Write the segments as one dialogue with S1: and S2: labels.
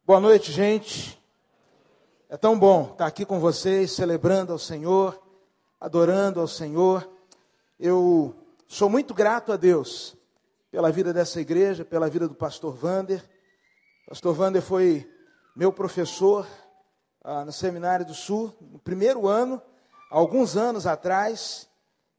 S1: Boa noite, gente. É tão bom estar aqui com vocês, celebrando ao Senhor, adorando ao Senhor. Eu sou muito grato a Deus pela vida dessa igreja, pela vida do pastor Wander. Pastor Wander foi meu professor no Seminário do Sul, no primeiro ano, há alguns anos atrás,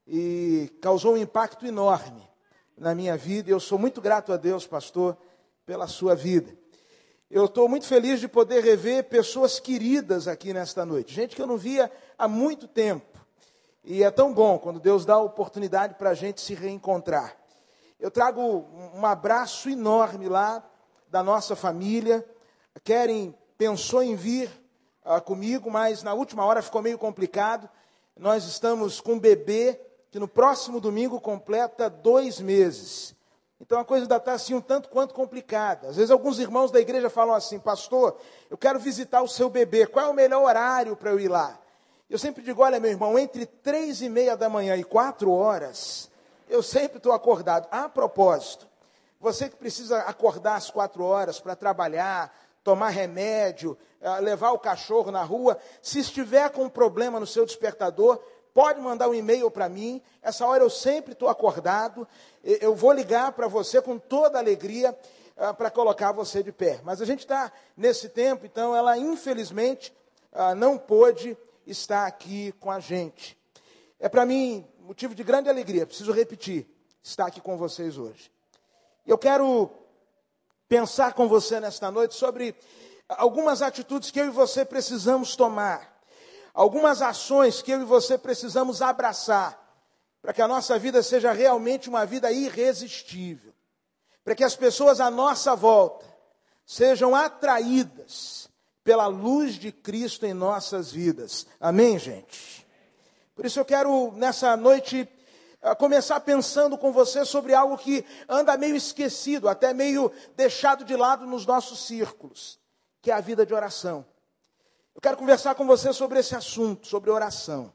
S1: e causou um impacto enorme na minha vida. E eu sou muito grato a Deus, pastor, pela sua vida. Eu estou muito feliz de poder rever pessoas queridas aqui nesta noite. Gente que eu não via há muito tempo. E é tão bom quando Deus dá a oportunidade para a gente se reencontrar. Eu trago um abraço enorme lá da nossa família. A Keren pensou em vir comigo, mas na última hora ficou meio complicado. Nós estamos com um bebê que no próximo domingo completa 2 meses. Então a coisa ainda está assim um tanto quanto complicada. Às vezes alguns irmãos da igreja falam assim: pastor, eu quero visitar o seu bebê, qual é o melhor horário para eu ir lá? Eu sempre digo: olha, meu irmão, entre 3:30 da manhã e 4 horas, eu sempre estou acordado. A propósito, você que precisa acordar às 4 horas para trabalhar, tomar remédio, levar o cachorro na rua, se estiver com um problema no seu despertador, pode mandar um e-mail para mim. Essa hora eu sempre estou acordado. Eu vou ligar para você com toda alegria para colocar você de pé. Mas a gente está nesse tempo, então ela infelizmente não pôde estar aqui com a gente. É para mim motivo de grande alegria, preciso repetir, estar aqui com vocês hoje. Eu quero pensar com você nesta noite sobre algumas atitudes que eu e você precisamos tomar. Algumas ações que eu e você precisamos abraçar, para que a nossa vida seja realmente uma vida irresistível. Para que as pessoas à nossa volta sejam atraídas pela luz de Cristo em nossas vidas. Amém, gente? Por isso eu quero, nessa noite, começar pensando com você sobre algo que anda meio esquecido, até meio deixado de lado nos nossos círculos, que é a vida de oração. Eu quero conversar com você sobre esse assunto, sobre oração.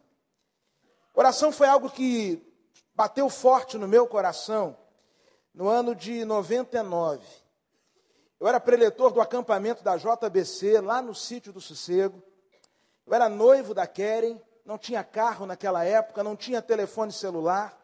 S1: Oração foi algo que bateu forte no meu coração no ano de 99. Eu era preletor do acampamento da JBC, lá no Sítio do Sossego. Eu era noivo da Keren, não tinha carro naquela época, não tinha telefone celular.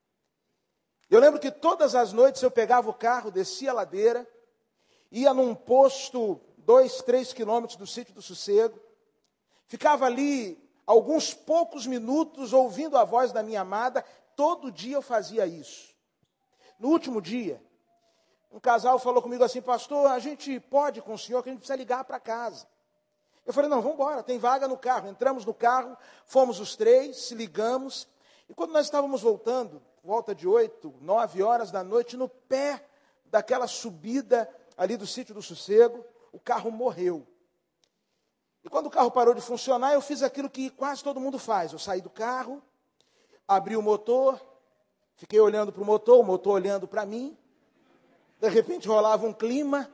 S1: Eu lembro que todas as noites eu pegava o carro, descia a ladeira, ia num posto 2-3 quilômetros do Sítio do Sossego, ficava ali alguns poucos minutos ouvindo a voz da minha amada. Todo dia eu fazia isso. No último dia, um casal falou comigo assim: pastor, a gente pode ir com o senhor, que a gente precisa ligar para casa. Eu falei: não, vamos embora, tem vaga no carro. Entramos no carro, fomos os 3, ligamos. E quando nós estávamos voltando, volta de 8, 9 horas da noite, no pé daquela subida ali do Sítio do Sossego, o carro morreu. E quando o carro parou de funcionar, eu fiz aquilo que quase todo mundo faz. Eu saí do carro, abri o motor, fiquei olhando para o motor olhando para mim. De repente rolava um clima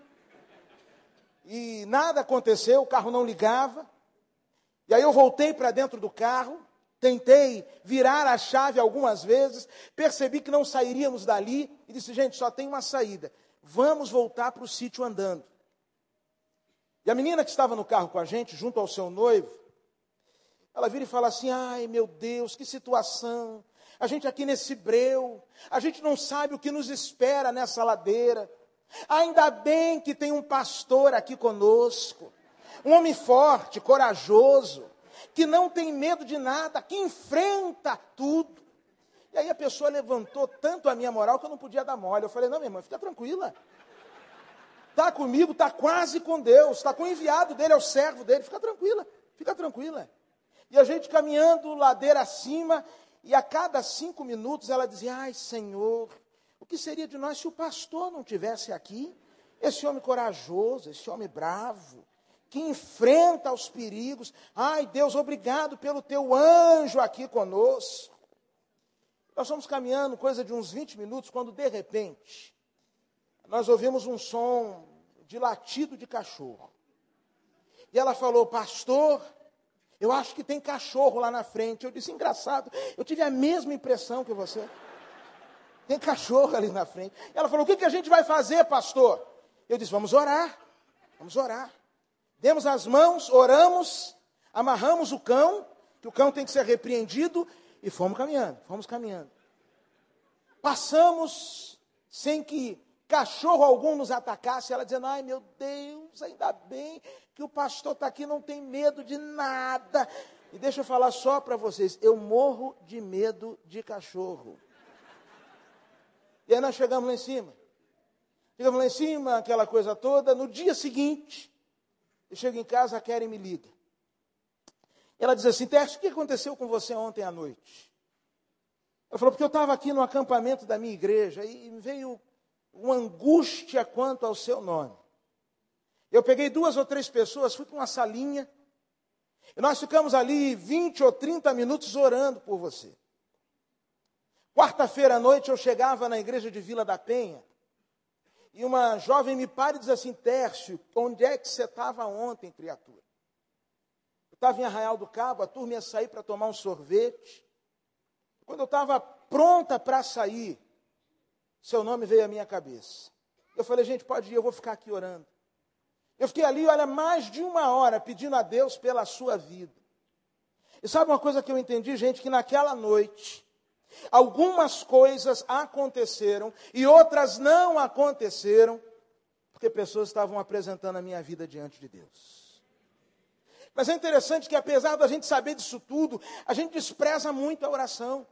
S1: e nada aconteceu, o carro não ligava. E aí eu voltei para dentro do carro, tentei virar a chave algumas vezes, percebi que não sairíamos dali e disse: gente, só tem uma saída, vamos voltar para o sítio andando. E a menina que estava no carro com a gente, junto ao seu noivo, ela vira e fala assim: ai meu Deus, que situação, a gente aqui nesse breu, a gente não sabe o que nos espera nessa ladeira. Ainda bem que tem um pastor aqui conosco, um homem forte, corajoso, que não tem medo de nada, que enfrenta tudo. E aí a pessoa levantou tanto a minha moral que eu não podia dar mole. Eu falei: não, minha irmã, fica tranquila. Está comigo, está quase com Deus, está com o enviado dele, é o servo dele, fica tranquila, fica tranquila. E a gente caminhando ladeira acima, e a cada 5 minutos ela dizia: ai Senhor, o que seria de nós se o pastor não estivesse aqui? Esse homem corajoso, esse homem bravo, que enfrenta os perigos. Ai Deus, obrigado pelo teu anjo aqui conosco. Nós fomos caminhando coisa de uns 20 minutos, quando de repente nós ouvimos um som de latido de cachorro. E ela falou: pastor, eu acho que tem cachorro lá na frente. Eu disse: engraçado, eu tive a mesma impressão que você. Tem cachorro ali na frente. Ela falou: o que a gente vai fazer, pastor? Eu disse: vamos orar, vamos orar. Demos as mãos, oramos, amarramos o cão, que o cão tem que ser repreendido, e fomos caminhando. Passamos sem que cachorro algum nos atacasse, ela dizendo, ai meu Deus, ainda bem que o pastor está aqui, não tem medo de nada. E deixa eu falar só para vocês, eu morro de medo de cachorro. E aí nós chegamos lá em cima, aquela coisa toda. No dia seguinte, eu chego em casa, a Keren me liga. Ela diz assim, Tércio, o que aconteceu com você ontem à noite? Ela falou, porque eu estava aqui no acampamento da minha igreja e me veio uma angústia quanto ao seu nome. Eu peguei 2 ou 3 pessoas, fui para uma salinha, e nós ficamos ali 20 ou 30 minutos orando por você. Quarta-feira à noite eu chegava na igreja de Vila da Penha, e uma jovem me para e diz assim, Tércio, onde é que você estava ontem, criatura? Eu estava em Arraial do Cabo, a turma ia sair para tomar um sorvete. Quando eu estava pronta para sair, seu nome veio à minha cabeça. Eu falei, gente, pode ir, eu vou ficar aqui orando. Eu fiquei ali, olha, mais de 1 hora pedindo a Deus pela sua vida. E sabe uma coisa que eu entendi, gente? Que naquela noite, algumas coisas aconteceram e outras não aconteceram, porque pessoas estavam apresentando a minha vida diante de Deus. Mas é interessante que apesar da gente saber disso tudo, a gente despreza muito a oração.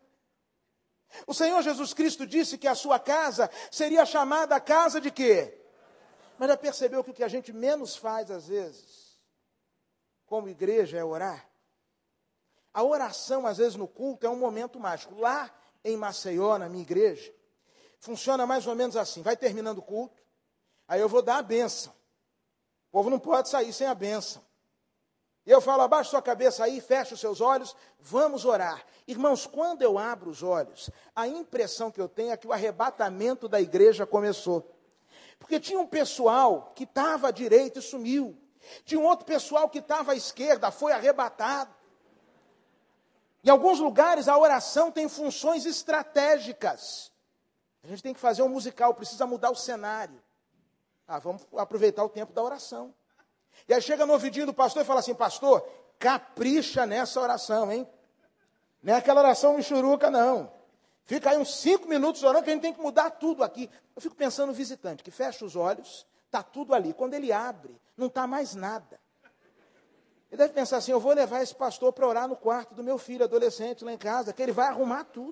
S1: O Senhor Jesus Cristo disse que a sua casa seria chamada a casa de quê? Mas já percebeu que o que a gente menos faz às vezes, como igreja, é orar? A oração, às vezes, no culto é um momento mágico. Lá em Maceió, na minha igreja, funciona mais ou menos assim. Vai terminando o culto, aí eu vou dar a bênção. O povo não pode sair sem a bênção. E eu falo, abaixa sua cabeça aí, fecha os seus olhos, vamos orar. Irmãos, quando eu abro os olhos, a impressão que eu tenho é que o arrebatamento da igreja começou. Porque tinha um pessoal que estava à direita e sumiu. Tinha um outro pessoal que estava à esquerda, foi arrebatado. Em alguns lugares a oração tem funções estratégicas. A gente tem que fazer um musical, precisa mudar o cenário. Vamos aproveitar o tempo da oração. E aí chega no ouvidinho do pastor e fala assim, pastor, capricha nessa oração, hein? Não é aquela oração michuruca, não. Fica aí uns 5 minutos orando, que a gente tem que mudar tudo aqui. Eu fico pensando no visitante, que fecha os olhos, está tudo ali. Quando ele abre, não está mais nada. Ele deve pensar assim, eu vou levar esse pastor para orar no quarto do meu filho adolescente lá em casa, que ele vai arrumar tudo.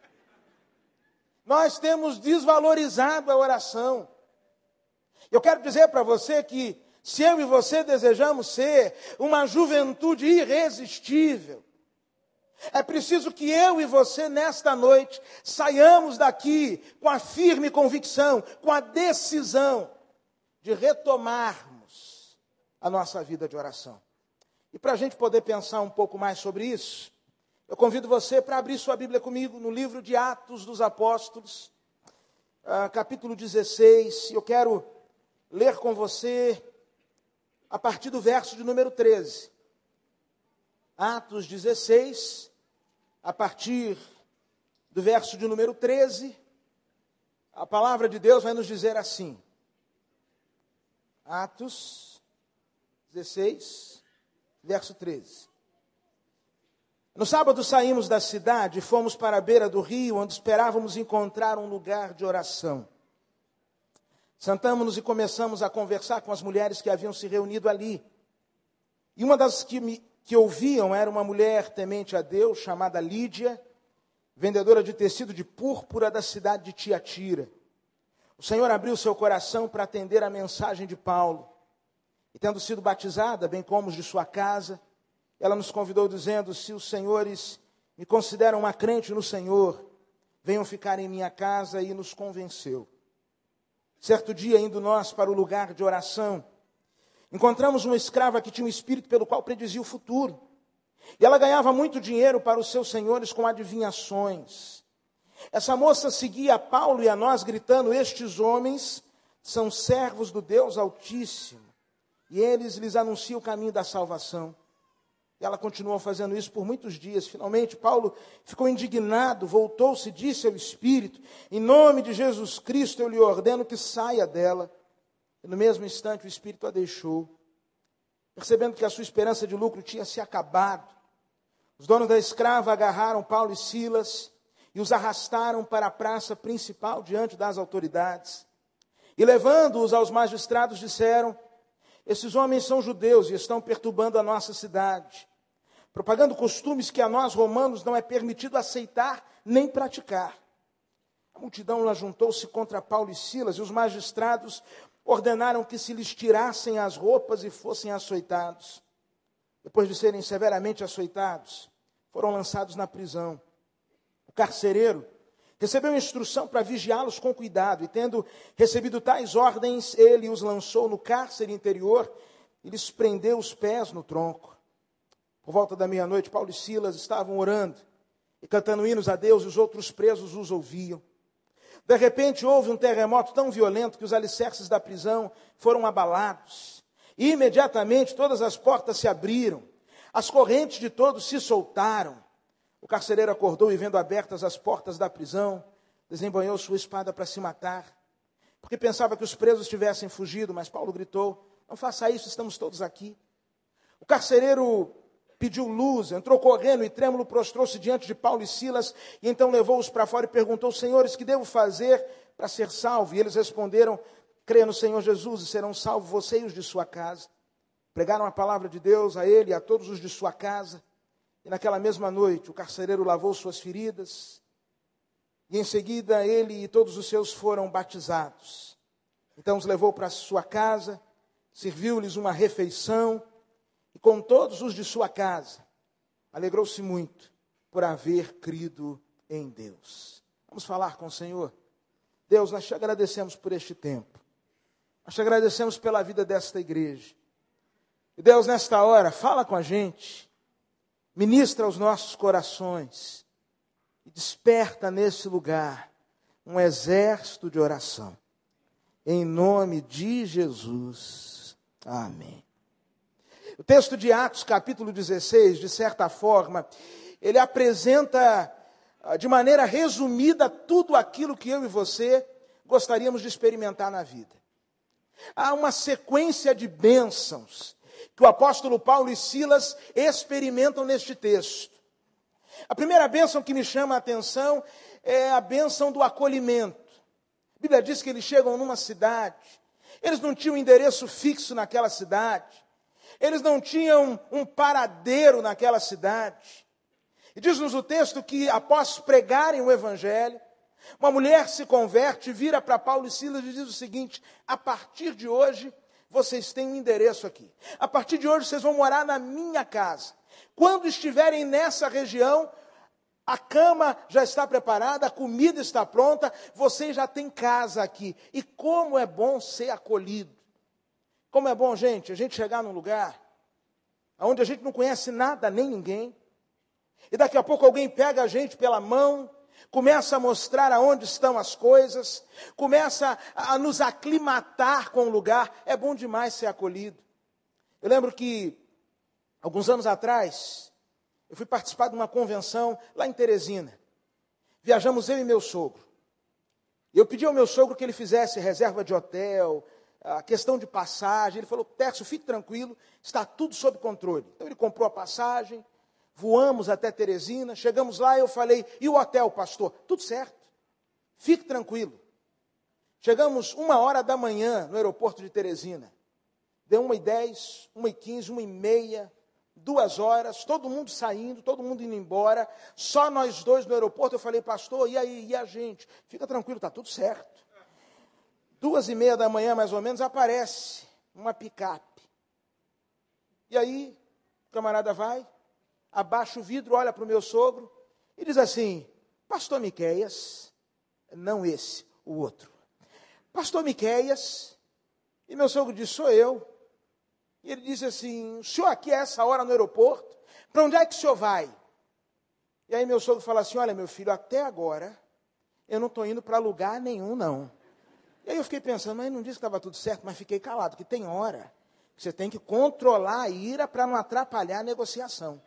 S1: Nós temos desvalorizado a oração. Eu quero dizer para você que se eu e você desejamos ser uma juventude irresistível, é preciso que eu e você, nesta noite, saiamos daqui com a firme convicção, com a decisão de retomarmos a nossa vida de oração. E para a gente poder pensar um pouco mais sobre isso, eu convido você para abrir sua Bíblia comigo no livro de Atos dos Apóstolos, capítulo 16. Eu quero ler com você a partir do verso de número 13. Atos 16, a partir do verso de número 13, a palavra de Deus vai nos dizer assim. Atos 16, verso 13. No sábado saímos da cidade e fomos para a beira do rio, onde esperávamos encontrar um lugar de oração. Sentamos-nos e começamos a conversar com as mulheres que haviam se reunido ali. E uma das que ouviam era uma mulher temente a Deus, chamada Lídia, vendedora de tecido de púrpura da cidade de Tiatira. O Senhor abriu seu coração para atender a mensagem de Paulo. E tendo sido batizada, bem como os de sua casa, ela nos convidou dizendo, se os senhores me consideram uma crente no Senhor, venham ficar em minha casa, e nos convenceu. Certo dia, indo nós para o lugar de oração, encontramos uma escrava que tinha um espírito pelo qual predizia o futuro. E ela ganhava muito dinheiro para os seus senhores com adivinhações. Essa moça seguia a Paulo e a nós, gritando, estes homens são servos do Deus Altíssimo, e eles lhes anunciam o caminho da salvação. E ela continuou fazendo isso por muitos dias. Finalmente, Paulo ficou indignado, voltou-se e disse ao Espírito, em nome de Jesus Cristo, eu lhe ordeno que saia dela. E no mesmo instante, o Espírito a deixou. Percebendo que a sua esperança de lucro tinha se acabado, os donos da escrava agarraram Paulo e Silas e os arrastaram para a praça principal diante das autoridades. E levando-os aos magistrados, disseram: esses homens são judeus e estão perturbando a nossa cidade, propagando costumes que a nós romanos não é permitido aceitar nem praticar. A multidão ajuntou-se contra Paulo e Silas, e os magistrados ordenaram que se lhes tirassem as roupas e fossem açoitados. Depois de serem severamente açoitados, foram lançados na prisão. O carcereiro recebeu instrução para vigiá-los com cuidado, e tendo recebido tais ordens, ele os lançou no cárcere interior e lhes prendeu os pés no tronco. Por volta da meia-noite, Paulo e Silas estavam orando e cantando hinos a Deus, e os outros presos os ouviam. De repente, houve um terremoto tão violento que os alicerces da prisão foram abalados. E imediatamente todas as portas se abriram, as correntes de todos se soltaram. O carcereiro acordou e, vendo abertas as portas da prisão, desembanhou sua espada para se matar, porque pensava que os presos tivessem fugido, mas Paulo gritou: não faça isso, estamos todos aqui. O carcereiro pediu luz, entrou correndo e trêmulo prostrou-se diante de Paulo e Silas, e então levou-os para fora e perguntou: senhores, que devo fazer para ser salvo? E eles responderam: creia no Senhor Jesus e serão salvos você e os de sua casa. Pregaram a palavra de Deus a ele e a todos os de sua casa. E naquela mesma noite o carcereiro lavou suas feridas, e em seguida ele e todos os seus foram batizados. Então os levou para sua casa, serviu-lhes uma refeição, e com todos os de sua casa alegrou-se muito por haver crido em Deus. Vamos falar com o Senhor. Deus, nós te agradecemos por este tempo. Nós te agradecemos pela vida desta igreja. E Deus, nesta hora, fala com a gente. Ministra aos nossos corações e desperta nesse lugar um exército de oração. Em nome de Jesus. Amém. O texto de Atos, capítulo 16, de certa forma, ele apresenta de maneira resumida tudo aquilo que eu e você gostaríamos de experimentar na vida. Há uma sequência de bênçãos que o apóstolo Paulo e Silas experimentam neste texto. A primeira bênção que me chama a atenção é a bênção do acolhimento. A Bíblia diz que eles chegam numa cidade, eles não tinham endereço fixo naquela cidade, eles não tinham um paradeiro naquela cidade. E diz-nos o texto que após pregarem o evangelho, uma mulher se converte, vira para Paulo e Silas e diz o seguinte: a partir de hoje, vocês têm um endereço aqui. A partir de hoje, vocês vão morar na minha casa. Quando estiverem nessa região, a cama já está preparada, a comida está pronta, vocês já têm casa aqui. E como é bom ser acolhido. Como é bom, gente, a gente chegar num lugar onde a gente não conhece nada nem ninguém, e daqui a pouco alguém pega a gente pela mão, começa a mostrar aonde estão as coisas, começa a nos aclimatar com o lugar. É bom demais ser acolhido. Eu lembro que, alguns anos atrás, eu fui participar de uma convenção lá em Teresina. Viajamos eu e meu sogro. Eu pedi ao meu sogro que ele fizesse reserva de hotel, a questão de passagem. Ele falou: Tércio, fique tranquilo, está tudo sob controle. Então ele comprou a passagem, voamos até Teresina, chegamos lá e eu falei: e o hotel, pastor? Tudo certo, fique tranquilo. Chegamos 1h da manhã no aeroporto de Teresina. Deu 1h10, 1h15, 1h30, 2 horas, todo mundo saindo, todo mundo indo embora, só nós dois no aeroporto. Eu falei: pastor, e aí, e a gente? Fica tranquilo, está tudo certo. 2h30 da manhã, mais ou menos, aparece uma picape. E aí, o camarada vai, abaixa o vidro, olha para o meu sogro e diz assim: pastor Miqueias, não esse, o outro. Pastor Miqueias. E meu sogro diz: sou eu. E ele disse assim: o senhor aqui a essa hora no aeroporto? Para onde é que o senhor vai? E aí meu sogro fala assim: olha, meu filho, até agora eu não estou indo para lugar nenhum, não. E aí eu fiquei pensando: mas não disse que estava tudo certo? Mas fiquei calado, que tem hora que você tem que controlar a ira para não atrapalhar a negociação.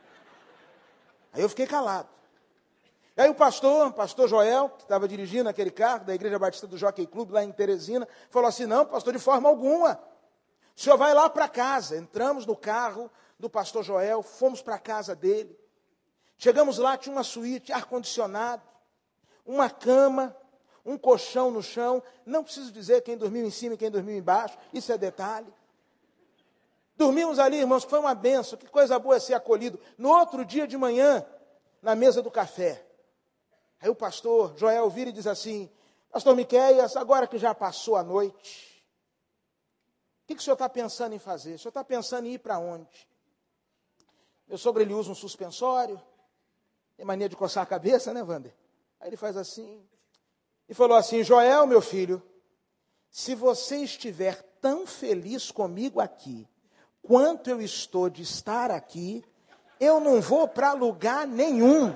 S1: Aí eu fiquei calado. E aí o pastor Joel, que estava dirigindo aquele carro da Igreja Batista do Jockey Club, lá em Teresina, falou assim: não, pastor, de forma alguma. O senhor vai lá para casa. Entramos no carro do pastor Joel, fomos para a casa dele. Chegamos lá, tinha uma suíte, ar-condicionado, uma cama, um colchão no chão. Não preciso dizer quem dormiu em cima e quem dormiu embaixo, isso é detalhe. Dormimos ali, irmãos, foi uma bênção, que coisa boa é ser acolhido. No outro dia de manhã, na mesa do café, aí o pastor Joel vira e diz assim: pastor Miqueias, agora que já passou a noite, o que o senhor está pensando em fazer? O senhor está pensando em ir para onde? Meu sogro, ele usa um suspensório, tem mania de coçar a cabeça, né, Wander? Aí ele faz assim, e falou assim: Joel, meu filho, se você estiver tão feliz comigo aqui, quanto eu estou de estar aqui, eu não vou para lugar nenhum.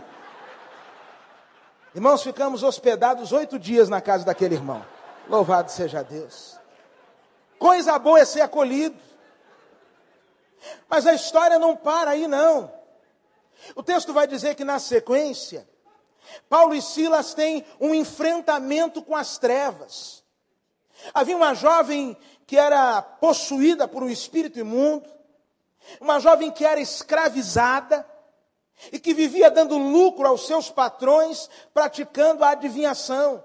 S1: Irmãos, ficamos hospedados 8 dias na casa daquele irmão. Louvado seja Deus. Coisa boa é ser acolhido. Mas a história não para aí, não. O texto vai dizer que na sequência, Paulo e Silas têm um enfrentamento com as trevas. Havia uma jovem que era possuída por um espírito imundo, uma jovem que era escravizada e que vivia dando lucro aos seus patrões, praticando a adivinhação.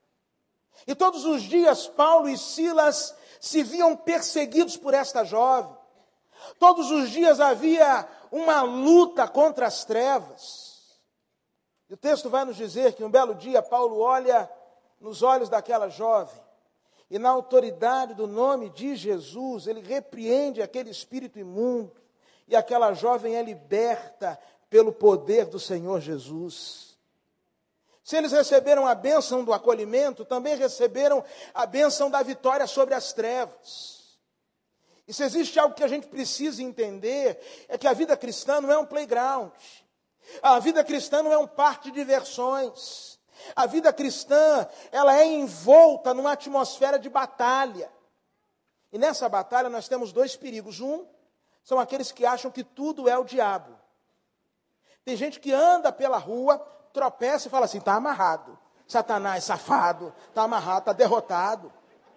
S1: E todos os dias Paulo e Silas se viam perseguidos por esta jovem. Todos os dias havia uma luta contra as trevas. E o texto vai nos dizer que um belo dia Paulo olha nos olhos daquela jovem e, na autoridade do nome de Jesus, ele repreende aquele espírito imundo e aquela jovem é liberta pelo poder do Senhor Jesus. Se eles receberam a bênção do acolhimento, também receberam a bênção da vitória sobre as trevas. E se existe algo que a gente precisa entender, é que a vida cristã não é um playground. A vida cristã não é um parque de diversões. A vida cristã, ela é envolta numa atmosfera de batalha. E nessa batalha nós temos 2 perigos. Um, são aqueles que acham que tudo é o diabo. Tem gente que anda pela rua, tropeça e fala assim: está amarrado. Satanás, safado, está amarrado, está derrotado.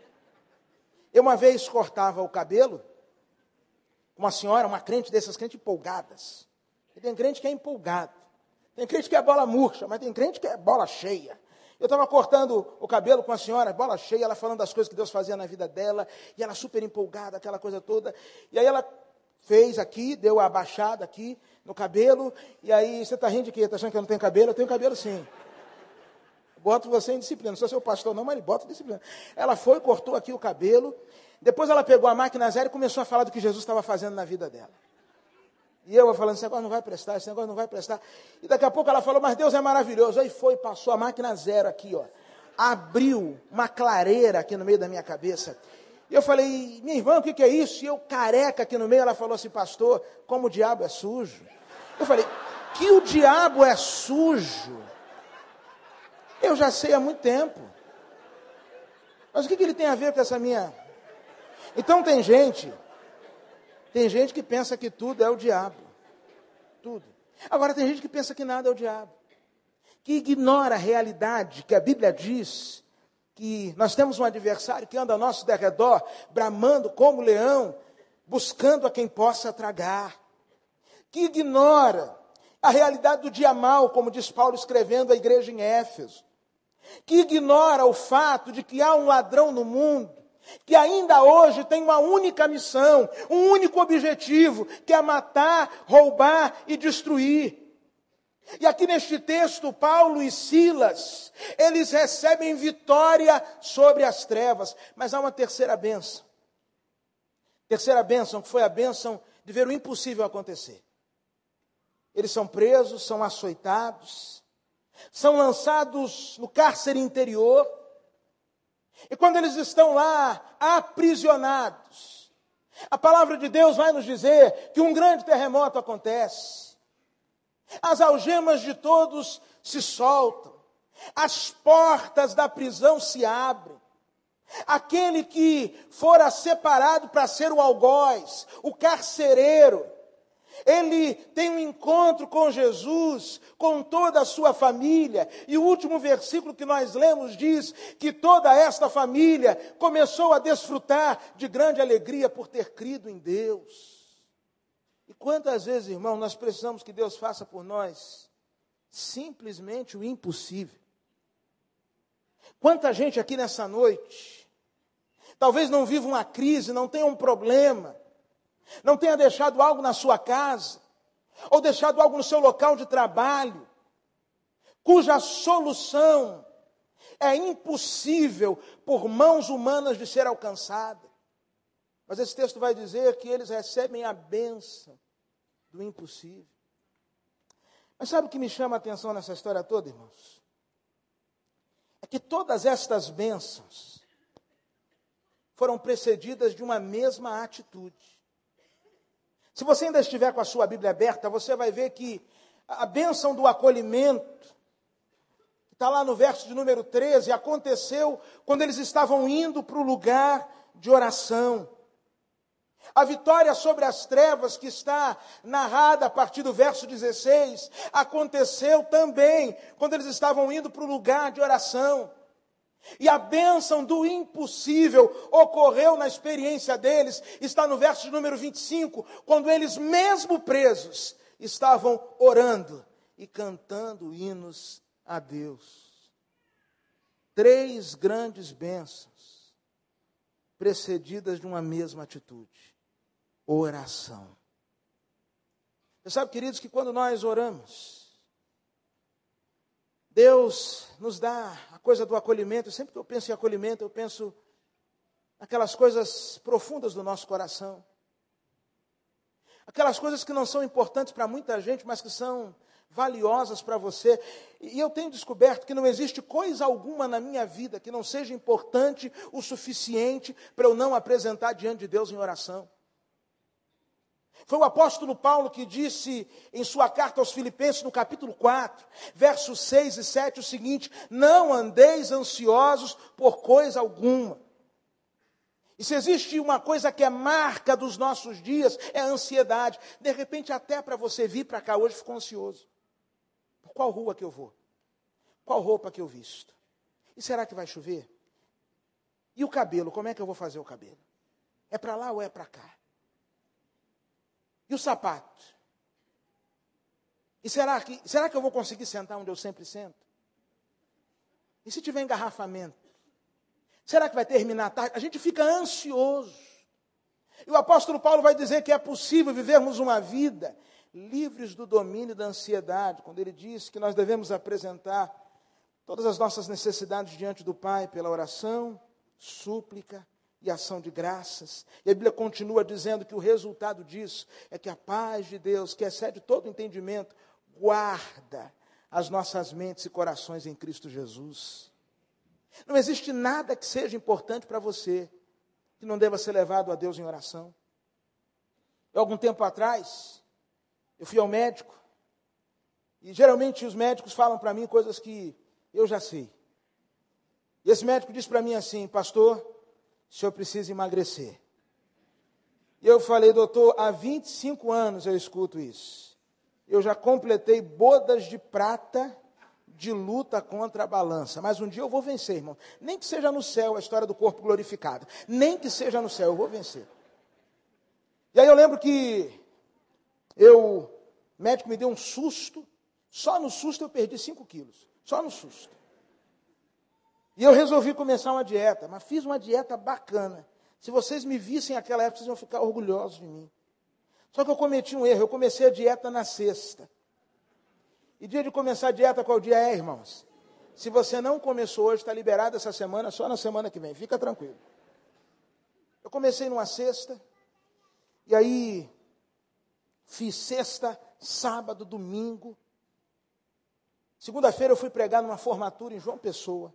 S1: Eu uma vez cortava o cabelo com uma senhora, uma crente dessas crentes empolgadas. E tem crente que é empolgado. Tem crente que é bola murcha, mas tem crente que é bola cheia. Eu estava cortando o cabelo com a senhora, bola cheia, ela falando das coisas que Deus fazia na vida dela, e ela super empolgada, aquela coisa toda. E aí ela fez aqui, deu a abaixada aqui no cabelo, e aí, você está rindo de quê? Está achando que eu não tenho cabelo? Eu tenho cabelo sim. Boto você em disciplina, não sou seu pastor não, mas ele bota em disciplina. Ela foi, cortou aqui o cabelo, depois ela pegou a máquina zero e começou a falar do que Jesus estava fazendo na vida dela. E eu falando: esse negócio não vai prestar, esse negócio não vai prestar. E daqui a pouco ela falou: mas Deus é maravilhoso. Aí foi, passou a máquina zero aqui, ó. Abriu uma clareira aqui no meio da minha cabeça. E eu falei: minha irmã, o que é isso? E eu careca aqui no meio, ela falou assim: pastor, como o diabo é sujo. Eu falei: que o diabo é sujo? Eu já sei há muito tempo. Mas o que ele tem a ver com essa minha... Então tem gente que pensa que tudo é o diabo. Tudo. Agora tem gente que pensa que nada é o diabo. Que ignora a realidade, que a Bíblia diz que nós temos um adversário que anda ao nosso derredor, bramando como leão, buscando a quem possa tragar. Que ignora a realidade do dia mau, como diz Paulo escrevendo à igreja em Éfeso. Que ignora o fato de que há um ladrão no mundo, que ainda hoje tem uma única missão, um único objetivo, que é matar, roubar e destruir. E aqui neste texto, Paulo e Silas, eles recebem vitória sobre as trevas. Mas há uma terceira bênção. Terceira bênção, que foi a bênção de ver o impossível acontecer. Eles são presos, são açoitados, são lançados no cárcere interior. E quando eles estão lá, aprisionados, a palavra de Deus vai nos dizer que um grande terremoto acontece. As algemas de todos se soltam. As portas da prisão se abrem. Aquele que fora separado para ser o algoz, o carcereiro, Ele tem um encontro com Jesus, com toda a sua família. E o último versículo que nós lemos diz que toda esta família começou a desfrutar de grande alegria por ter crido em Deus. E quantas vezes, irmão, nós precisamos que Deus faça por nós simplesmente o impossível. Quanta gente aqui nessa noite, talvez não viva uma crise, não tenha um problema, não tenha deixado algo na sua casa, ou deixado algo no seu local de trabalho, cuja solução é impossível por mãos humanas de ser alcançada. Mas esse texto vai dizer que eles recebem a bênção do impossível. Mas sabe o que me chama a atenção nessa história toda, irmãos? É que todas estas bênçãos foram precedidas de uma mesma atitude. Se você ainda estiver com a sua Bíblia aberta, você vai ver que a bênção do acolhimento, que está lá no verso de número 13, aconteceu quando eles estavam indo para o lugar de oração. A vitória sobre as trevas, que está narrada a partir do verso 16, aconteceu também quando eles estavam indo para o lugar de oração. E a bênção do impossível ocorreu na experiência deles, está no verso de número 25, quando eles, mesmo presos, estavam orando e cantando hinos a Deus. 3 grandes bênçãos, precedidas de uma mesma atitude: oração. Você sabe, queridos, que quando nós oramos, Deus nos dá a coisa do acolhimento. Sempre que eu penso em acolhimento, eu penso naquelas coisas profundas do nosso coração. Aquelas coisas que não são importantes para muita gente, mas que são valiosas para você. E eu tenho descoberto que não existe coisa alguma na minha vida que não seja importante o suficiente para eu não apresentar diante de Deus em oração. Foi o apóstolo Paulo que disse em sua carta aos Filipenses, no capítulo 4, versos 6 e 7, o seguinte: não andeis ansiosos por coisa alguma. E se existe uma coisa que é marca dos nossos dias, é a ansiedade. De repente, até para você vir para cá hoje, ficou ansioso. Por qual rua que eu vou? Qual roupa que eu visto? E será que vai chover? E o cabelo, como é que eu vou fazer o cabelo? É para lá ou é para cá? E o sapato? E será que eu vou conseguir sentar onde eu sempre sento? E se tiver engarrafamento? Será que vai terminar tarde? A gente fica ansioso. E o apóstolo Paulo vai dizer que é possível vivermos uma vida livres do domínio da ansiedade, quando ele diz que nós devemos apresentar todas as nossas necessidades diante do Pai pela oração, súplica e ação de graças. E a Bíblia continua dizendo que o resultado disso é que a paz de Deus, que excede todo entendimento, guarda as nossas mentes e corações em Cristo Jesus. Não existe nada que seja importante para você que não deva ser levado a Deus em oração. Algum tempo atrás, eu fui ao médico, e geralmente os médicos falam para mim coisas que eu já sei. E esse médico disse para mim assim: pastor, o senhor precisa emagrecer. E eu falei: doutor, há 25 anos eu escuto isso. Eu já completei bodas de prata de luta contra a balança. Mas um dia eu vou vencer, irmão. Nem que seja no céu a história do corpo glorificado. Nem que seja no céu, eu vou vencer. E aí eu lembro que o médico me deu um susto. Só no susto eu perdi 5 quilos. Só no susto. E eu resolvi começar uma dieta, mas fiz uma dieta bacana. Se vocês me vissem naquela época, vocês iam ficar orgulhosos de mim. Só que eu cometi um erro, eu comecei a dieta na sexta. E dia de começar a dieta, qual dia é, irmãos? Se você não começou hoje, está liberado essa semana, só na semana que vem, fica tranquilo. Eu comecei numa sexta, e aí fiz sexta, sábado, domingo. Segunda-feira eu fui pregar numa formatura em João Pessoa.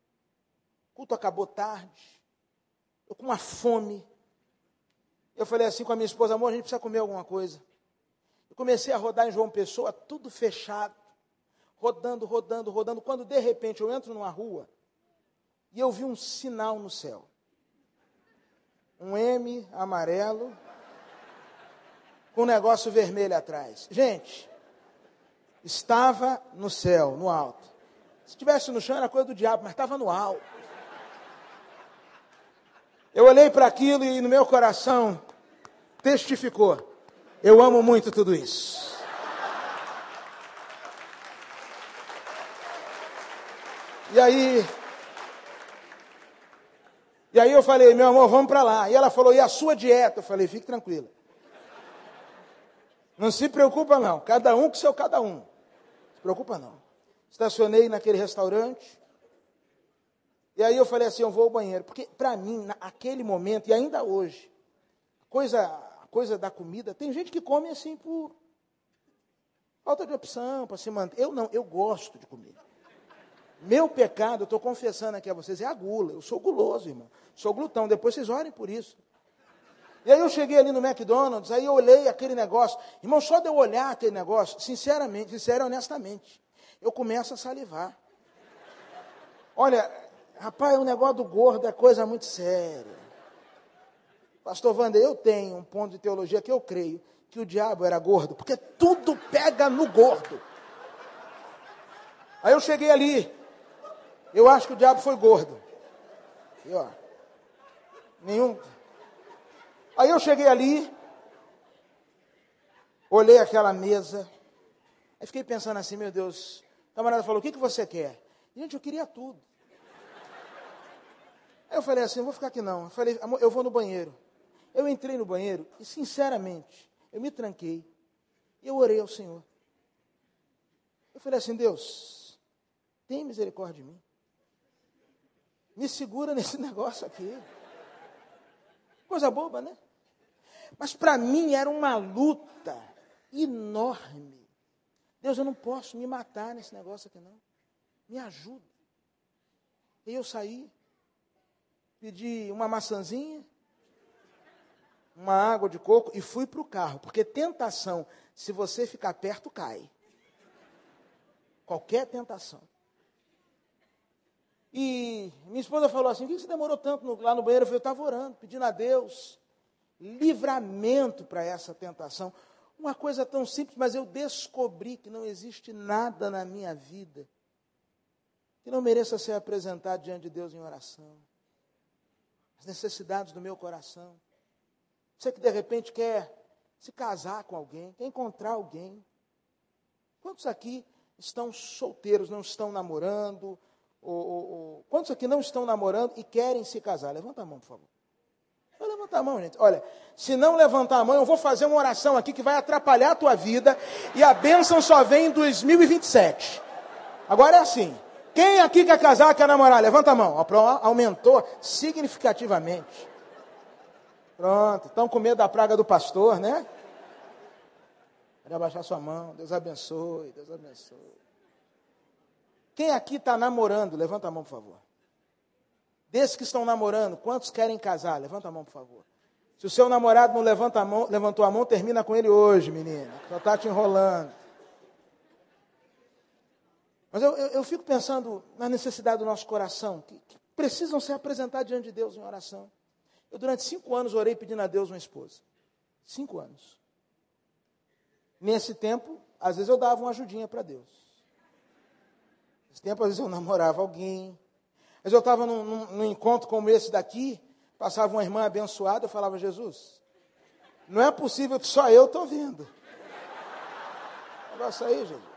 S1: O culto acabou tarde, eu com uma fome. Eu falei assim com a minha esposa: amor, a gente precisa comer alguma coisa. Eu comecei a rodar em João Pessoa, tudo fechado, rodando. Quando de repente eu entro numa rua e eu vi um sinal no céu. Um M amarelo, com um negócio vermelho atrás. Gente, estava no céu, no alto. Se estivesse no chão era coisa do diabo, mas estava no alto. Eu olhei para aquilo e no meu coração testificou. Eu amo muito tudo isso. E aí eu falei, meu amor, vamos para lá. E ela falou, e a sua dieta? Eu falei, fique tranquila. Não se preocupa não, cada um com seu cada um. Não se preocupa não. Estacionei naquele restaurante. E aí eu falei assim, eu vou ao banheiro. Porque para mim, naquele momento, e ainda hoje, a coisa da comida, tem gente que come assim por falta de opção, para se manter. Eu não, eu gosto de comer. Meu pecado, eu estou confessando aqui a vocês, é a gula. Eu sou guloso, irmão. Sou glutão. Depois vocês orem por isso. E aí eu cheguei ali no McDonald's, aí eu olhei aquele negócio. Irmão, só de eu olhar aquele negócio, sinceramente, sincero e honestamente, eu começo a salivar. Olha, rapaz, o negócio do gordo é coisa muito séria. Pastor Wander, eu tenho um ponto de teologia que eu creio que o diabo era gordo, porque tudo pega no gordo. Aí eu cheguei ali, eu acho que o diabo foi gordo. E ó, Aí eu cheguei ali, olhei aquela mesa, aí fiquei pensando assim, meu Deus, o camarada falou, o que você quer? Gente, eu queria tudo. Aí eu falei assim, eu vou ficar aqui não. Eu falei, amor, eu vou no banheiro. Eu entrei no banheiro e, sinceramente, eu me tranquei e eu orei ao Senhor. Eu falei assim, Deus, tem misericórdia de mim. Me segura nesse negócio aqui. Coisa boba, né? Mas para mim era uma luta enorme. Deus, eu não posso me matar nesse negócio aqui não. Me ajuda. E eu saí, pedi uma maçãzinha, uma água de coco e fui para o carro. Porque tentação, se você ficar perto, cai. Qualquer tentação. E minha esposa falou assim, por que você demorou tanto lá no banheiro? Eu falei, eu estava orando, pedindo a Deus livramento para essa tentação. Uma coisa tão simples, mas eu descobri que não existe nada na minha vida que não mereça ser apresentado diante de Deus em oração. As necessidades do meu coração. Você que de repente quer se casar com alguém, quer encontrar alguém. Quantos aqui estão solteiros, não estão namorando? Quantos aqui não estão namorando e querem se casar? Levanta a mão, por favor. Vai levantar a mão, gente. Olha, se não levantar a mão, eu vou fazer uma oração aqui que vai atrapalhar a tua vida e a bênção só vem em 2027. Agora é assim. Quem aqui quer casar, quer namorar? Levanta a mão. Aumentou significativamente. Pronto. Estão com medo da praga do pastor, né? Pode abaixar sua mão. Deus abençoe. Deus abençoe. Quem aqui está namorando? Levanta a mão, por favor. Desses que estão namorando, quantos querem casar? Levanta a mão, por favor. Se o seu namorado não levantou a mão, termina com ele hoje, menina. Só está te enrolando. Mas eu fico pensando na necessidade do nosso coração, que precisam ser apresentados diante de Deus em oração. Eu durante 5 anos orei pedindo a Deus uma esposa. 5 anos. Nesse tempo, às vezes eu dava uma ajudinha para Deus. Nesse tempo, às vezes eu namorava alguém. Mas eu estava num encontro como esse daqui, passava uma irmã abençoada, eu falava, Jesus, não é possível que só eu estou vendo. Negócio aí, Jesus.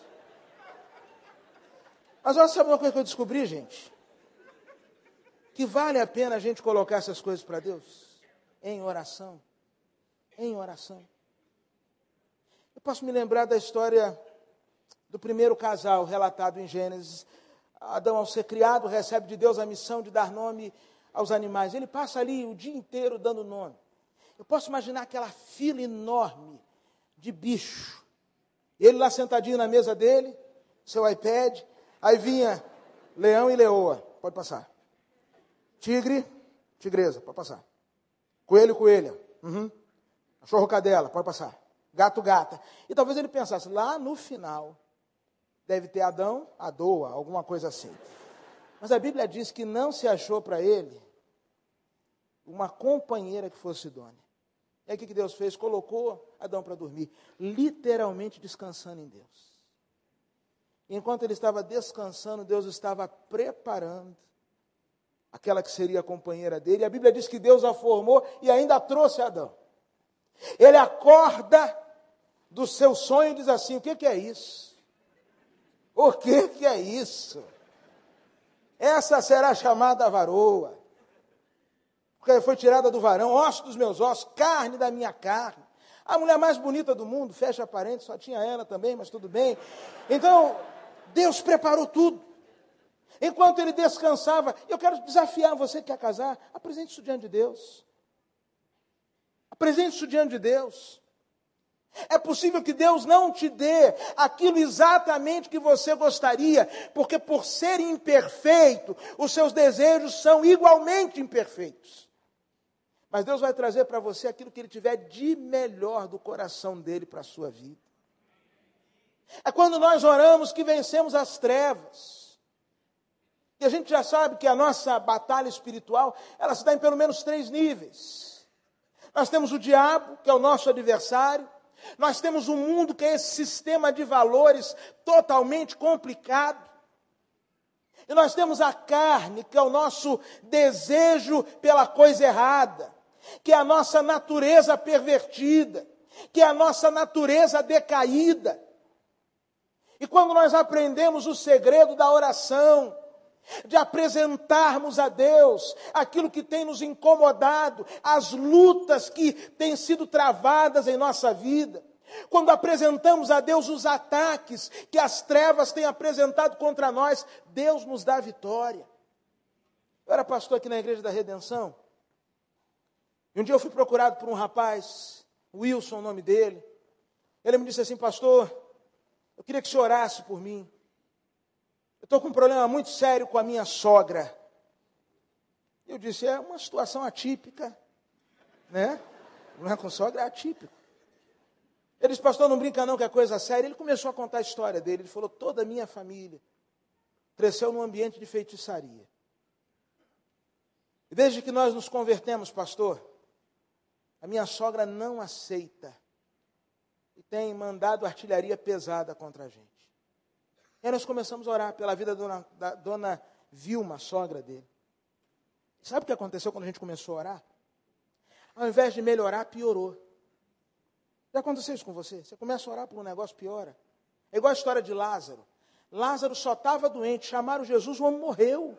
S1: Mas olha, sabe uma coisa que eu descobri, gente? Que vale a pena a gente colocar essas coisas para Deus? Em oração. Em oração. Eu posso me lembrar da história do primeiro casal relatado em Gênesis. Adão, ao ser criado, recebe de Deus a missão de dar nome aos animais. Ele passa ali o dia inteiro dando nome. Eu posso imaginar aquela fila enorme de bicho. Ele lá sentadinho na mesa dele, seu iPad, aí vinha leão e leoa, pode passar. Tigre, tigresa, pode passar. Coelho, coelha, cachorro, cadela, pode passar. Gato, gata. E talvez ele pensasse, lá no final, deve ter Adão, Adoa, alguma coisa assim. Mas a Bíblia diz que não se achou para ele uma companheira que fosse idônea. E aí o que Deus fez? Colocou Adão para dormir, literalmente descansando em Deus. Enquanto ele estava descansando, Deus estava preparando aquela que seria a companheira dele. E a Bíblia diz que Deus a formou e ainda trouxe Adão. Ele acorda do seu sonho e diz assim: o que é isso? O que é isso? Essa será chamada varoa, porque foi tirada do varão, osso dos meus ossos, carne da minha carne. A mulher mais bonita do mundo, fecha parênteses, só tinha ela também, mas tudo bem. Então, Deus preparou tudo. Enquanto ele descansava, eu quero desafiar você que quer casar, apresente isso diante de Deus. Apresente isso diante de Deus. É possível que Deus não te dê aquilo exatamente que você gostaria, porque por ser imperfeito, os seus desejos são igualmente imperfeitos. Mas Deus vai trazer para você aquilo que Ele tiver de melhor do coração dEle para a sua vida. É quando nós oramos que vencemos as trevas. E a gente já sabe que a nossa batalha espiritual, ela se dá em pelo menos 3 níveis. Nós temos o diabo, que é o nosso adversário. Nós temos um mundo que é esse sistema de valores totalmente complicado. E nós temos a carne, que é o nosso desejo pela coisa errada, que é a nossa natureza pervertida, que é a nossa natureza decaída. E quando nós aprendemos o segredo da oração, de apresentarmos a Deus aquilo que tem nos incomodado, as lutas que têm sido travadas em nossa vida, quando apresentamos a Deus os ataques que as trevas têm apresentado contra nós, Deus nos dá vitória. Eu era pastor aqui na Igreja da Redenção, e um dia eu fui procurado por um rapaz, Wilson, o nome dele. Ele me disse assim: pastor, eu queria que o senhor orasse por mim. Eu estou com um problema muito sério com a minha sogra. Eu disse: é uma situação atípica, né? Não é com sogra, é atípico. Ele disse: pastor, não brinca não que é coisa séria. Ele começou a contar a história dele. Ele falou: toda a minha família cresceu num ambiente de feitiçaria. E desde que nós nos convertemos, pastor, a minha sogra não aceita e tem mandado artilharia pesada contra a gente. E aí nós começamos a orar pela vida da dona Vilma, sogra dele. Sabe o que aconteceu quando a gente começou a orar? Ao invés de melhorar, piorou. Já aconteceu isso com você? Você começa a orar por um negócio, piora. É igual a história de Lázaro. Lázaro só estava doente, chamaram Jesus, o homem morreu.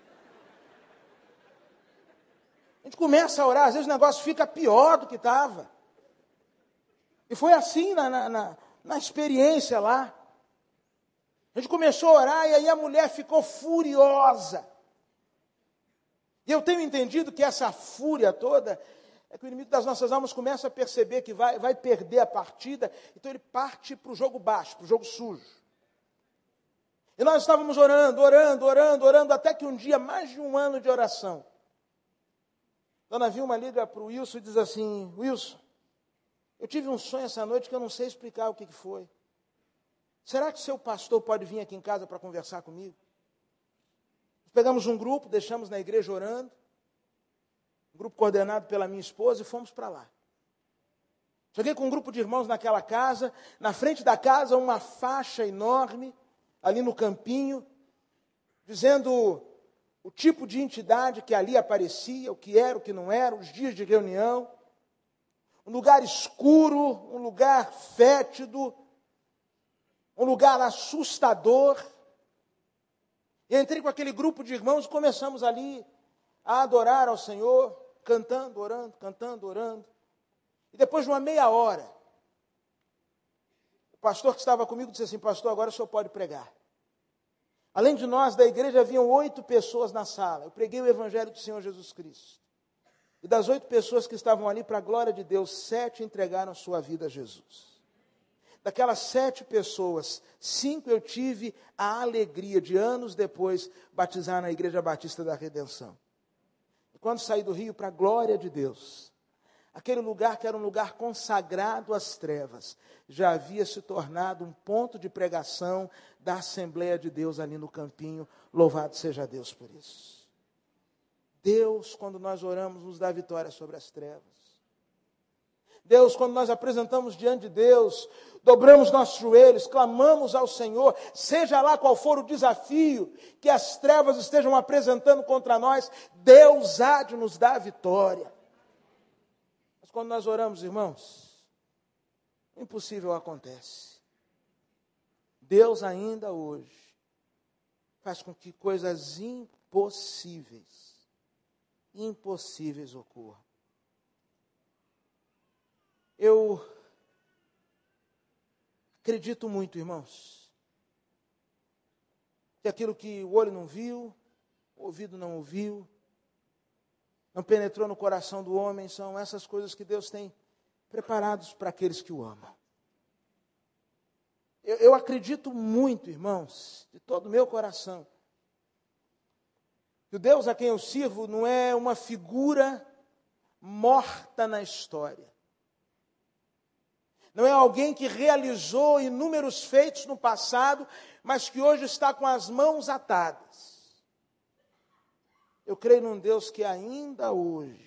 S1: A gente começa a orar, às vezes o negócio fica pior do que estava. E foi assim na experiência lá. A gente começou a orar e aí a mulher ficou furiosa. E eu tenho entendido que essa fúria toda é que o inimigo das nossas almas começa a perceber que vai perder a partida, então ele parte para o jogo baixo, para o jogo sujo. E nós estávamos orando, até que um dia, mais de um ano de oração, Dona Vilma liga para o Wilson e diz assim: Wilson, eu tive um sonho essa noite que eu não sei explicar o que foi. Será que o seu pastor pode vir aqui em casa para conversar comigo? Pegamos um grupo, deixamos na igreja orando, um grupo coordenado pela minha esposa, e fomos para lá. Cheguei com um grupo de irmãos naquela casa, na frente da casa uma faixa enorme, ali no campinho, dizendo o tipo de entidade que ali aparecia, o que era, o que não era, os dias de reunião, um lugar escuro, um lugar fétido, um lugar assustador. E entrei com aquele grupo de irmãos e começamos ali a adorar ao Senhor, cantando, orando. E depois de uma meia hora, o pastor que estava comigo disse assim: pastor, agora o senhor pode pregar. Além de nós, da igreja, haviam 8 pessoas na sala. Eu preguei o Evangelho do Senhor Jesus Cristo. E das 8 pessoas que estavam ali, para a glória de Deus, 7 entregaram sua vida a Jesus. Daquelas 7 pessoas, 5 eu tive a alegria de, anos depois, batizar na Igreja Batista da Redenção. E quando saí do Rio, para a glória de Deus, aquele lugar que era um lugar consagrado às trevas, já havia se tornado um ponto de pregação da Assembleia de Deus ali no campinho. Louvado seja Deus por isso. Deus, quando nós oramos, nos dá vitória sobre as trevas. Deus, quando nós apresentamos diante de Deus, dobramos nossos joelhos, clamamos ao Senhor, seja lá qual for o desafio que as trevas estejam apresentando contra nós, Deus há de nos dar a vitória. Mas quando nós oramos, irmãos, o impossível acontece. Deus ainda hoje faz com que coisas impossíveis ocorram. Eu acredito muito, irmãos, que aquilo que o olho não viu, o ouvido não ouviu, não penetrou no coração do homem, são essas coisas que Deus tem preparados para aqueles que o amam. Eu acredito muito, irmãos, de todo o meu coração, que o Deus a quem eu sirvo não é uma figura morta na história. Não é alguém que realizou inúmeros feitos no passado, mas que hoje está com as mãos atadas. Eu creio num Deus que ainda hoje,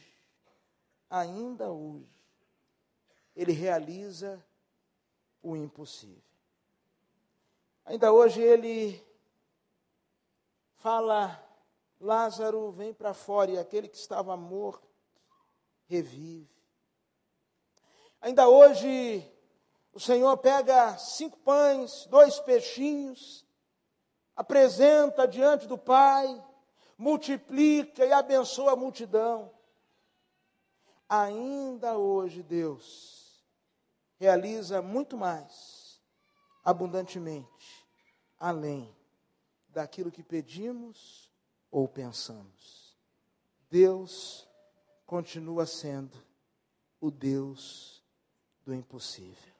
S1: Ele realiza o impossível. Ainda hoje Ele fala, Lázaro, vem para fora, e aquele que estava morto revive. Ainda hoje o Senhor pega 5 pães, 2 peixinhos, apresenta diante do Pai, multiplica e abençoa a multidão. Ainda hoje Deus realiza muito mais, abundantemente, além daquilo que pedimos ou pensamos. Deus continua sendo o Deus do impossível.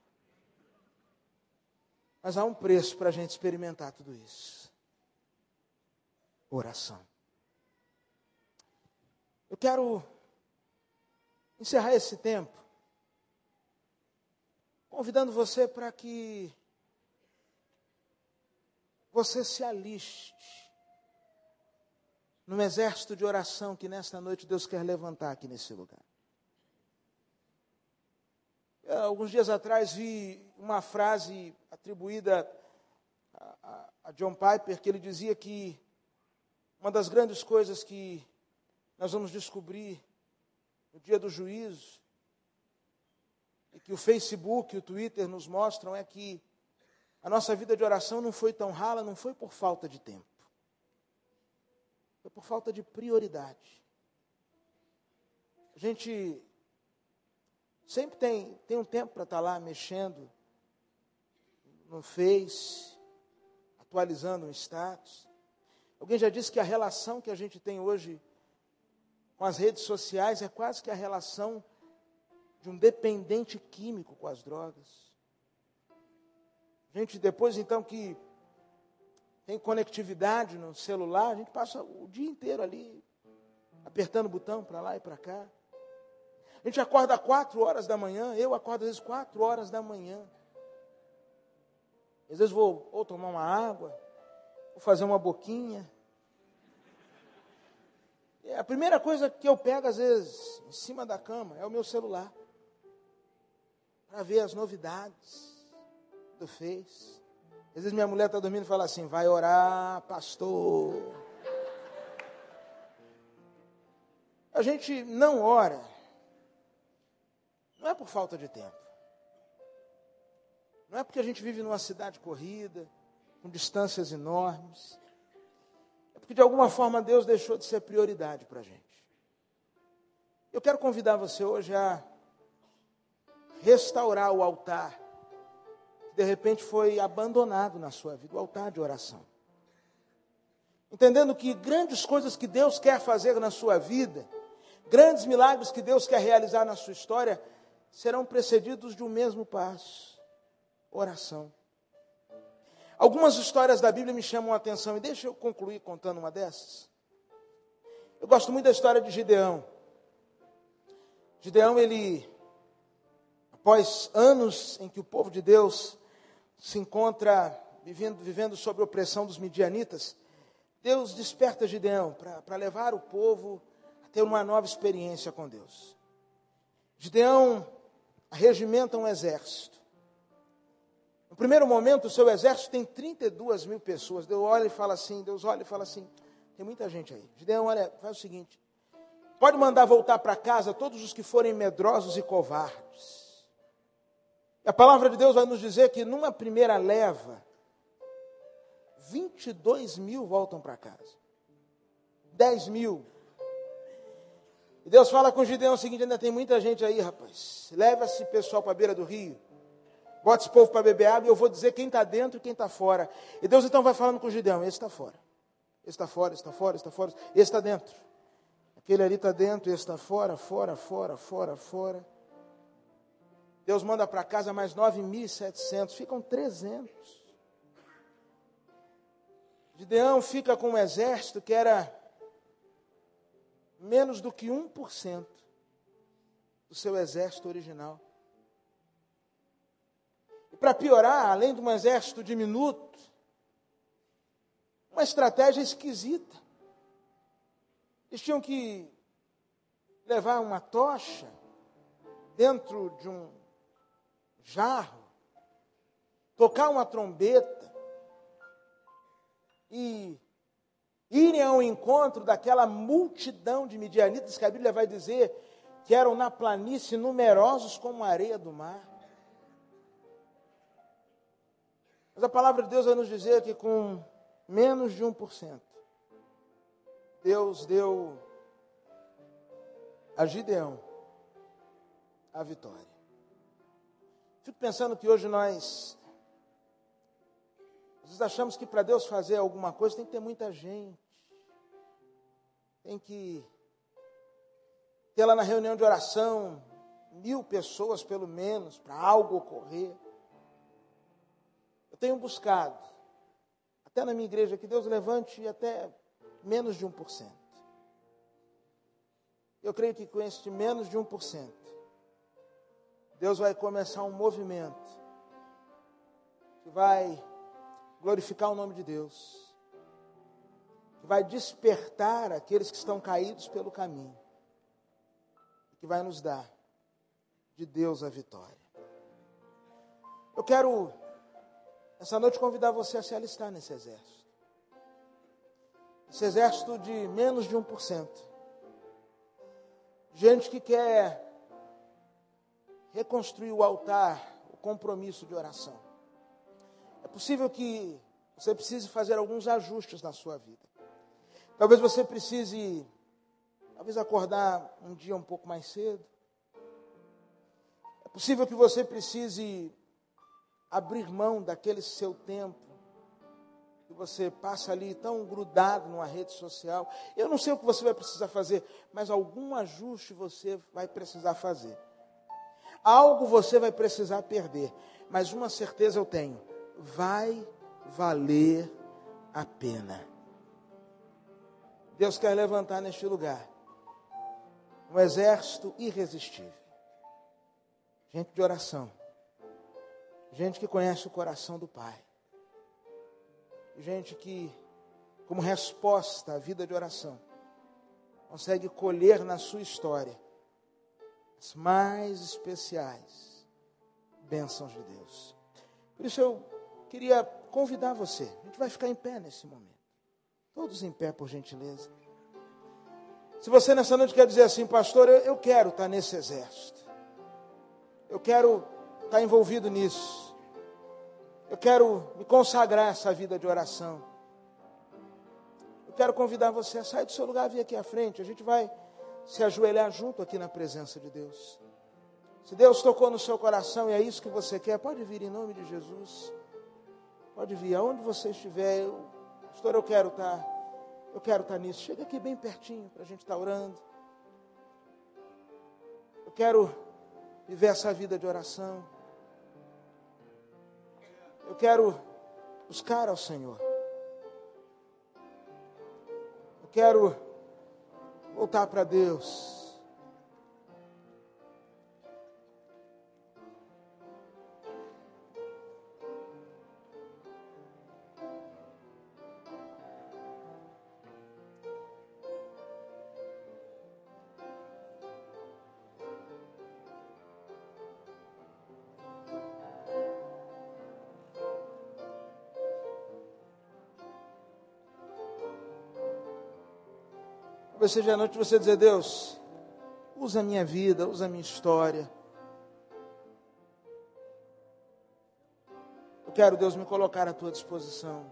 S1: Mas há um preço para a gente experimentar tudo isso. Oração. Eu quero encerrar esse tempo convidando você para que você se aliste num exército de oração que nesta noite Deus quer levantar aqui nesse lugar. Alguns dias atrás vi uma frase atribuída a John Piper, que ele dizia que uma das grandes coisas que nós vamos descobrir no dia do juízo, e que o Facebook e o Twitter nos mostram, é que a nossa vida de oração não foi tão rala, não foi por falta de tempo. Foi por falta de prioridade. A gente sempre tem um tempo para estar lá mexendo no Face, atualizando um status. Alguém já disse que a relação que a gente tem hoje com as redes sociais é quase que a relação de um dependente químico com as drogas. A gente, depois então que tem conectividade no celular, a gente passa o dia inteiro ali, apertando o botão para lá e para cá. A gente acorda 4 horas da manhã, eu acordo às vezes 4 horas da manhã. Às vezes vou ou tomar uma água, vou fazer uma boquinha. E a primeira coisa que eu pego, às vezes, em cima da cama, é o meu celular. Para ver as novidades do Face. Às vezes minha mulher está dormindo e fala assim, vai orar, pastor. A gente não ora. Não é por falta de tempo. Não é porque a gente vive numa cidade corrida, com distâncias enormes. É porque de alguma forma Deus deixou de ser prioridade para a gente. Eu quero convidar você hoje a restaurar o altar que de repente foi abandonado na sua vida, o altar de oração. Entendendo que grandes coisas que Deus quer fazer na sua vida, grandes milagres que Deus quer realizar na sua história, serão precedidos de um mesmo passo: oração. Algumas histórias da Bíblia me chamam a atenção, e deixa eu concluir contando uma dessas. Eu gosto muito da história de Gideão. Gideão, ele, após anos em que o povo de Deus se encontra vivendo sob a opressão dos midianitas, Deus desperta Gideão para levar o povo a ter uma nova experiência com Deus. Gideão arregimenta um exército. No primeiro momento, o seu exército tem 32 mil pessoas. Deus olha e fala assim, tem muita gente aí. Gideão, olha, faz o seguinte, pode mandar voltar para casa todos os que forem medrosos e covardes. E a palavra de Deus vai nos dizer que numa primeira leva, 22 mil voltam para casa. 10 mil. E Deus fala com Gideão o seguinte, ainda tem muita gente aí, rapaz. Leva esse pessoal para a beira do rio. Bota esse povo para beber água e eu vou dizer quem está dentro e quem está fora. E Deus então vai falando com Gideão, esse está fora. Esse está fora, esse está fora, esse está fora. Esse está dentro. Aquele ali está dentro, esse está fora, fora, fora, fora, fora. Deus manda para casa mais 9.700, ficam 300. Gideão fica com um exército que era menos do que 1% do seu exército original. E para piorar, além de um exército diminuto, uma estratégia esquisita. Eles tinham que levar uma tocha dentro de um jarro, tocar uma trombeta e irem ao encontro daquela multidão de midianitas que a Bíblia vai dizer que eram na planície numerosos como a areia do mar. Mas a palavra de Deus vai nos dizer que com menos de 1%, Deus deu a Gideão a vitória. Fico pensando que hoje nós às vezes achamos que para Deus fazer alguma coisa tem que ter muita gente. Tem que ter lá na reunião de oração 1.000 pessoas pelo menos para algo ocorrer. Eu tenho buscado, até na minha igreja, que Deus levante até menos de 1%. Eu creio que com este menos de 1%, Deus vai começar um movimento que vai glorificar o nome de Deus, que vai despertar aqueles que estão caídos pelo caminho, que vai nos dar de Deus a vitória. Eu quero, essa noite, convidar você a se alistar nesse exército. Esse exército de menos de 1%. Gente que quer reconstruir o altar, o compromisso de oração. É possível que você precise fazer alguns ajustes na sua vida. Talvez você precise, acordar um dia um pouco mais cedo. É possível que você precise abrir mão daquele seu tempo que você passa ali tão grudado numa rede social. Eu não sei o que você vai precisar fazer, mas algum ajuste você vai precisar fazer. Algo você vai precisar perder, mas uma certeza eu tenho: vai valer a pena. Deus quer levantar neste lugar um exército irresistível. Gente de oração. Gente que conhece o coração do Pai. Gente que, como resposta à vida de oração, consegue colher na sua história as mais especiais bênçãos de Deus. Por isso eu queria convidar você. A gente vai ficar em pé nesse momento. Todos em pé, por gentileza. Se você nessa noite quer dizer assim: pastor, eu quero estar nesse exército. Eu quero estar envolvido nisso. Eu quero me consagrar a essa vida de oração. Eu quero convidar você a sair do seu lugar e vir aqui à frente. A gente vai se ajoelhar junto aqui na presença de Deus. Se Deus tocou no seu coração e é isso que você quer, pode vir em nome de Jesus. Pode vir aonde você estiver. Pastor, eu quero estar nisso. Chega aqui bem pertinho para a gente estar orando. Eu quero viver essa vida de oração. Eu quero buscar ao Senhor. Eu quero voltar para Deus. Talvez seja a noite de você dizer: Deus, usa a minha vida, usa a minha história. Eu quero, Deus, me colocar à tua disposição.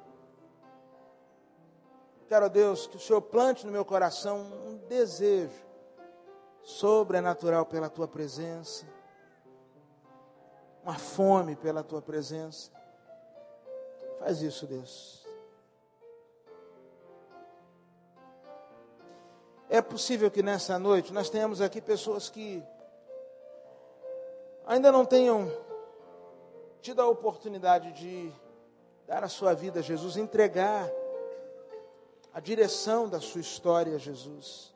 S1: Eu quero, Deus, que o Senhor plante no meu coração um desejo sobrenatural pela tua presença, uma fome pela tua presença. Faz isso, Deus. É possível que nessa noite nós tenhamos aqui pessoas que ainda não tenham tido a oportunidade de dar a sua vida a Jesus, entregar a direção da sua história a Jesus.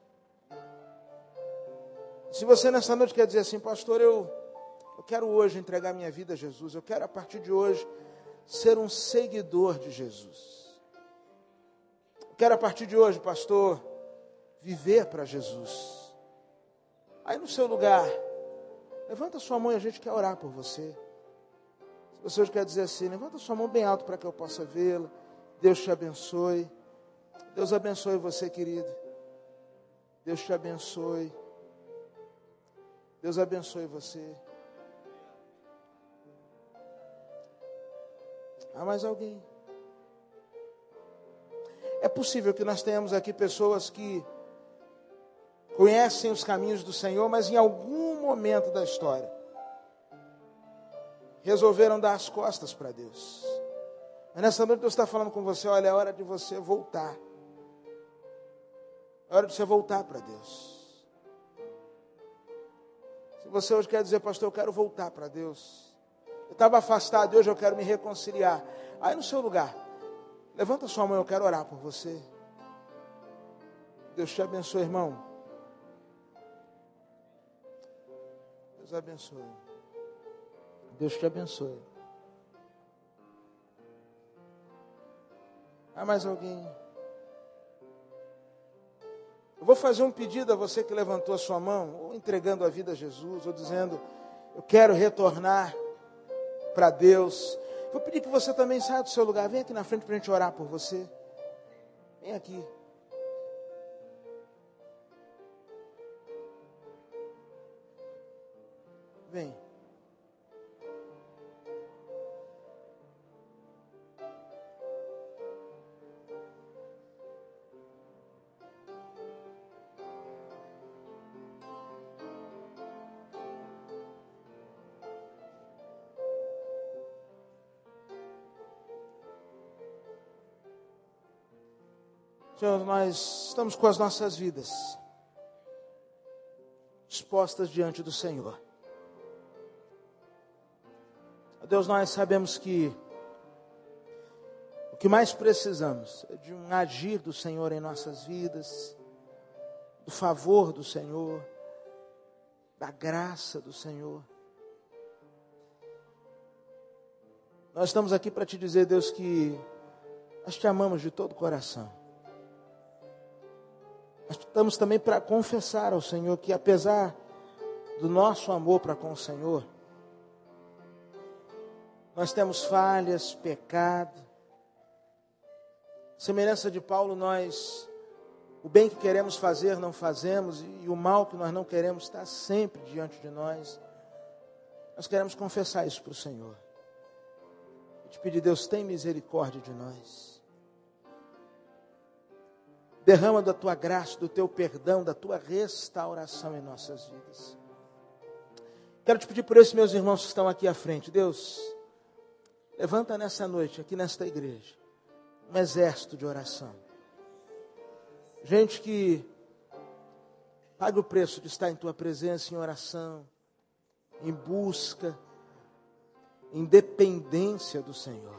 S1: Se você nessa noite quer dizer assim: pastor, eu quero hoje entregar minha vida a Jesus, eu quero a partir de hoje ser um seguidor de Jesus. Eu quero a partir de hoje, pastor, viver para Jesus. Aí no seu lugar, levanta sua mão e a gente quer orar por você. Se você hoje quer dizer assim, levanta sua mão bem alto para que eu possa vê-la. Deus te abençoe. Deus abençoe você, querido. Deus te abençoe. Deus abençoe você. Há mais alguém? É possível que nós tenhamos aqui pessoas que conhecem os caminhos do Senhor, mas em algum momento da história resolveram dar as costas para Deus. Mas nessa noite Deus está falando com você: olha, é hora de você voltar. É hora de você voltar para Deus. Se você hoje quer dizer: pastor, eu quero voltar para Deus, eu estava afastado e hoje eu quero me reconciliar. Aí no seu lugar, levanta sua mão, eu quero orar por você. Deus te abençoe, irmão. Deus abençoe. Deus te abençoe. Há mais alguém? Eu vou fazer um pedido a você que levantou a sua mão, ou entregando a vida a Jesus, ou dizendo: eu quero retornar para Deus. Vou pedir que você também saia do seu lugar. Vem aqui na frente para a gente orar por você. Vem aqui. Vem. Senhor, nós estamos com as nossas vidas expostas diante do Senhor. Deus, nós sabemos que o que mais precisamos é de um agir do Senhor em nossas vidas, do favor do Senhor, da graça do Senhor. Nós estamos aqui para te dizer, Deus, que nós te amamos de todo o coração. Nós estamos também para confessar ao Senhor que, apesar do nosso amor para com o Senhor, nós temos falhas, pecado. Semelhança de Paulo, o bem que queremos fazer não fazemos, e o mal que nós não queremos está sempre diante de nós. Nós queremos confessar isso para o Senhor. E te pedir: Deus, tem misericórdia de nós. Derrama da tua graça, do teu perdão, da tua restauração em nossas vidas. Quero te pedir por esses meus irmãos que estão aqui à frente. Deus, levanta nessa noite, aqui nesta igreja, um exército de oração. Gente que pague o preço de estar em tua presença em oração, em busca, em dependência do Senhor.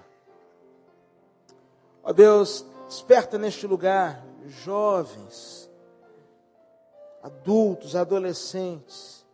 S1: Ó Deus, desperta neste lugar jovens, adultos, adolescentes,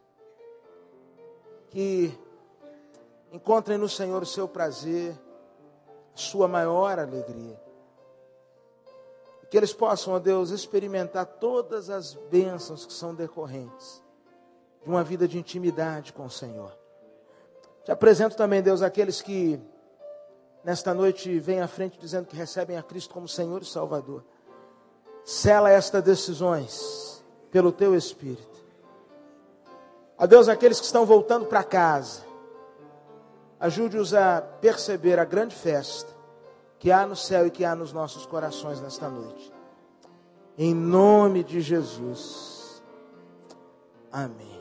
S1: que encontrem no Senhor o seu prazer, a sua maior alegria. E que eles possam, ó Deus, experimentar todas as bênçãos que são decorrentes de uma vida de intimidade com o Senhor. Te apresento também, Deus, aqueles que nesta noite vêm à frente dizendo que recebem a Cristo como Senhor e Salvador. Sela estas decisões pelo Teu Espírito. Ó Deus, aqueles que estão voltando para casa, ajude-os a perceber a grande festa que há no céu e que há nos nossos corações nesta noite. Em nome de Jesus. Amém.